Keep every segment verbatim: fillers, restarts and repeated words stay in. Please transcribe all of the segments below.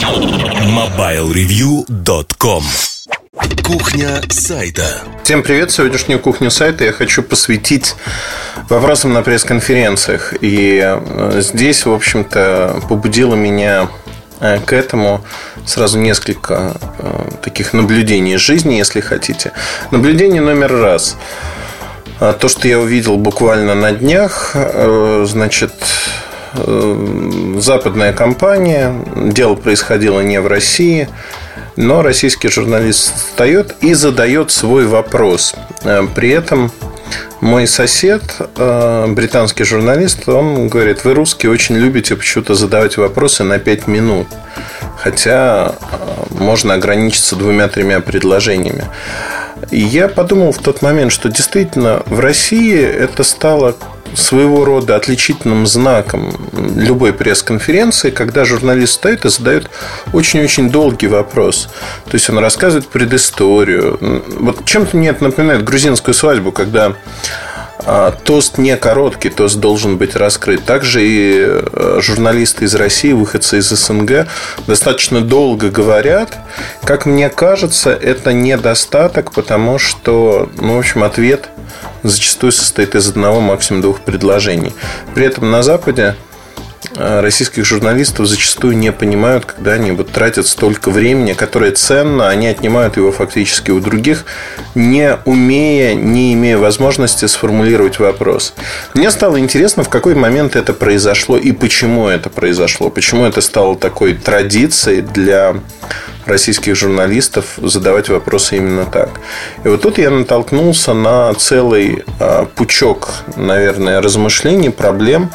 мобайл ревью точка ком. Кухня сайта. Всем привет! Сегодняшнюю кухню сайта я хочу посвятить вопросам на пресс-конференциях. И здесь, в общем-то, побудило меня к этому сразу несколько таких наблюдений из жизни, если хотите. Наблюдение номер раз. То, что я увидел буквально на днях, значит, западная компания, дело происходило не в России, но российский журналист встает и задает свой вопрос. При этом мой сосед, британский журналист, он говорит: вы, русские, очень любите почему-то задавать вопросы на пять минут, хотя можно ограничиться двумя-тремя предложениями. И я подумал в тот момент, что действительно в России это стало своего рода отличительным знаком любой пресс-конференции, когда журналист стоит и задает очень-очень долгий вопрос. То есть он рассказывает предысторию. Вот чем-то мне это напоминает грузинскую свадьбу, когда тост не короткий, тост должен быть раскрыт. Также и журналисты из России, выходцы из СНГ, достаточно долго говорят. Как мне кажется, это недостаток, потому что, ну, в общем, ответ зачастую состоит из одного, максимум двух предложений. При этом на Западе российских журналистов зачастую не понимают, когда они вот тратят столько времени, которое ценно, они отнимают его фактически у других, не умея, не имея возможности сформулировать вопрос. Мне стало интересно, в какой момент это произошло и почему это произошло, почему это стало такой традицией для российских журналистов задавать вопросы именно так. И вот тут я натолкнулся на целый пучок, наверное, размышлений, проблем,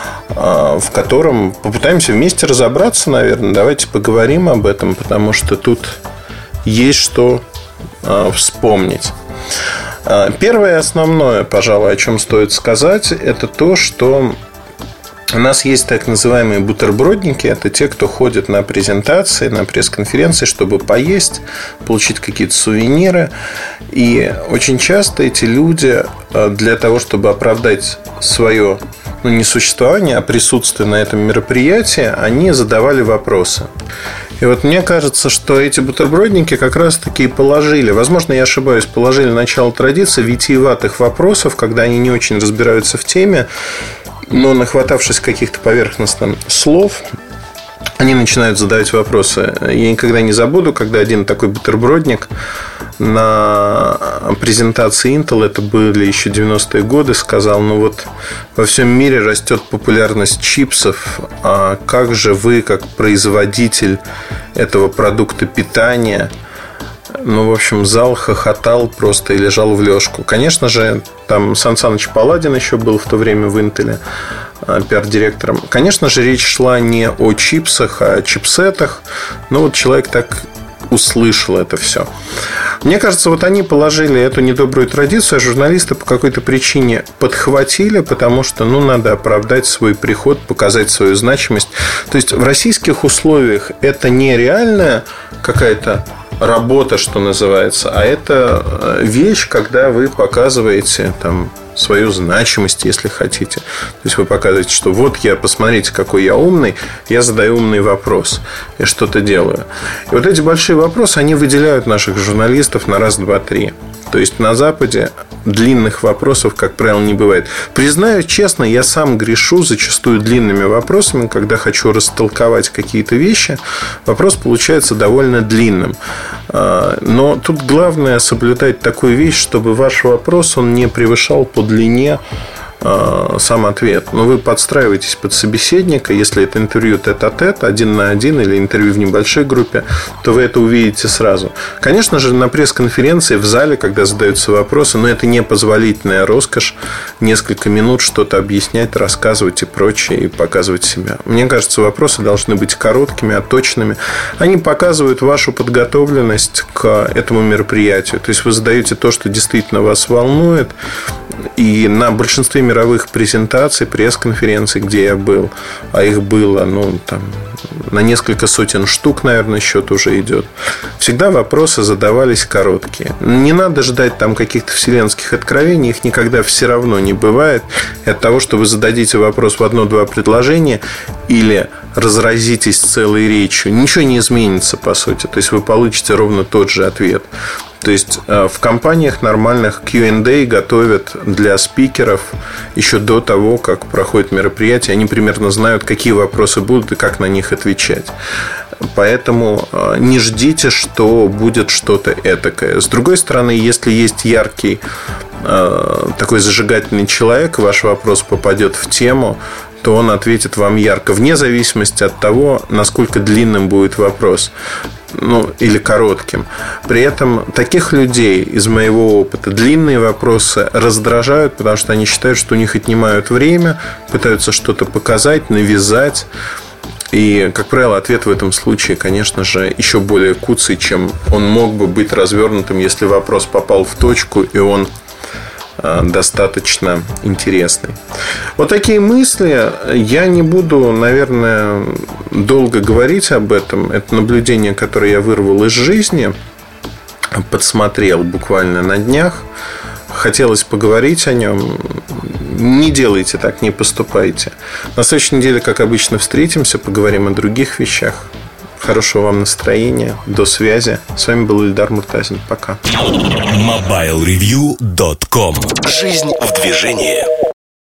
в котором попытаемся вместе разобраться, наверное. Давайте поговорим об этом, потому что тут есть что вспомнить. Первое основное, пожалуй, о чем стоит сказать, это то, что у нас есть так называемые бутербродники. Это те, кто ходит на презентации, на пресс-конференции, чтобы поесть, получить какие-то сувениры. И очень часто эти люди для того, чтобы оправдать свое, ну, не существование, а присутствие на этом мероприятии, они задавали вопросы. И вот мне кажется, что эти бутербродники как раз-таки положили, возможно, я ошибаюсь, положили начало традиции витиеватых вопросов, когда они не очень разбираются в теме, но, нахватавшись каких-то поверхностных слов, они начинают задавать вопросы. Я никогда не забуду, когда один такой бутербродник на презентации Intel, это были еще девяностые годы, сказал: ну вот во всем мире растет популярность чипсов, а как же вы, как производитель этого продукта питания? Ну, в общем, зал хохотал просто и лежал в лёжку. Конечно же, там Сан Саныч Паладин еще был в то время в Интеле пиар-директором. Конечно же, речь шла не о чипсах, а о чипсетах. Но вот человек так услышал это все. Мне кажется, вот они положили эту недобрую традицию, а журналисты по какой-то причине подхватили, потому что, ну, надо оправдать свой приход, показать свою значимость. То есть в российских условиях это не реальная какая-то работа, что называется, а это вещь, когда вы показываете там свою значимость, если хотите. То есть вы показываете, что вот я, посмотрите, какой я умный, я задаю умный вопрос и что-то делаю. И вот эти большие вопросы, они выделяют наших журналистов на раз, два, три. То есть на Западе длинных вопросов, как правило, не бывает. Признаю честно, я сам грешу зачастую длинными вопросами, когда хочу растолковать какие-то вещи. Вопрос получается довольно длинным. Но тут главное соблюдать такую вещь, чтобы ваш вопрос, он не превышал по длине сам ответ. Но вы подстраиваетесь под собеседника. Если это интервью тет-а-тет, один на один, или интервью в небольшой группе, то вы это увидите сразу. Конечно же, на пресс-конференции, в зале, когда задаются вопросы, но это непозволительная роскошь несколько минут что-то объяснять, рассказывать и прочее, и показывать себя. Мне кажется, вопросы должны быть короткими, отточенными. Они показывают вашу подготовленность к этому мероприятию. То есть вы задаете то, что действительно вас волнует, И на большинстве мировых презентаций, пресс-конференций, где я был, а их было, ну, там, на несколько сотен штук, наверное, счет уже идет, всегда вопросы задавались короткие. Не надо ждать там каких-то вселенских откровений, их никогда все равно не бывает. И от того, что вы зададите вопрос в одно-два предложения или разразитесь целой речью, ничего не изменится, по сути. То есть вы получите ровно тот же ответ. То есть в компаниях нормальных кью энд эй готовят для спикеров еще до того, как проходит мероприятие. Они примерно знают, какие вопросы будут и как на них отвечать. Поэтому не ждите, что будет что-то этакое. С другой стороны, если есть яркий такой зажигательный человек, ваш вопрос попадет в тему, то он ответит вам ярко, вне зависимости от того, насколько длинным будет вопрос. Ну, или коротким. При этом таких людей из моего опыта длинные вопросы раздражают, потому что они считают, что у них отнимают время, пытаются что-то показать, навязать. И, как правило, ответ в этом случае, конечно же, еще более куцый, чем он мог бы быть развернутым, если вопрос попал в точку, и он достаточно интересный. Вот такие мысли. Я не буду, наверное, долго говорить об этом. Это наблюдение, которое я вырвал из жизни, подсмотрел буквально на днях. Хотелось поговорить о нем. Не делайте так, не поступайте. На следующей неделе, как обычно, встретимся, поговорим о других вещах. Хорошего вам настроения. До связи. С вами был Ильдар Муртазин. Пока. мобайл ревью точка ком. Жизнь в движении.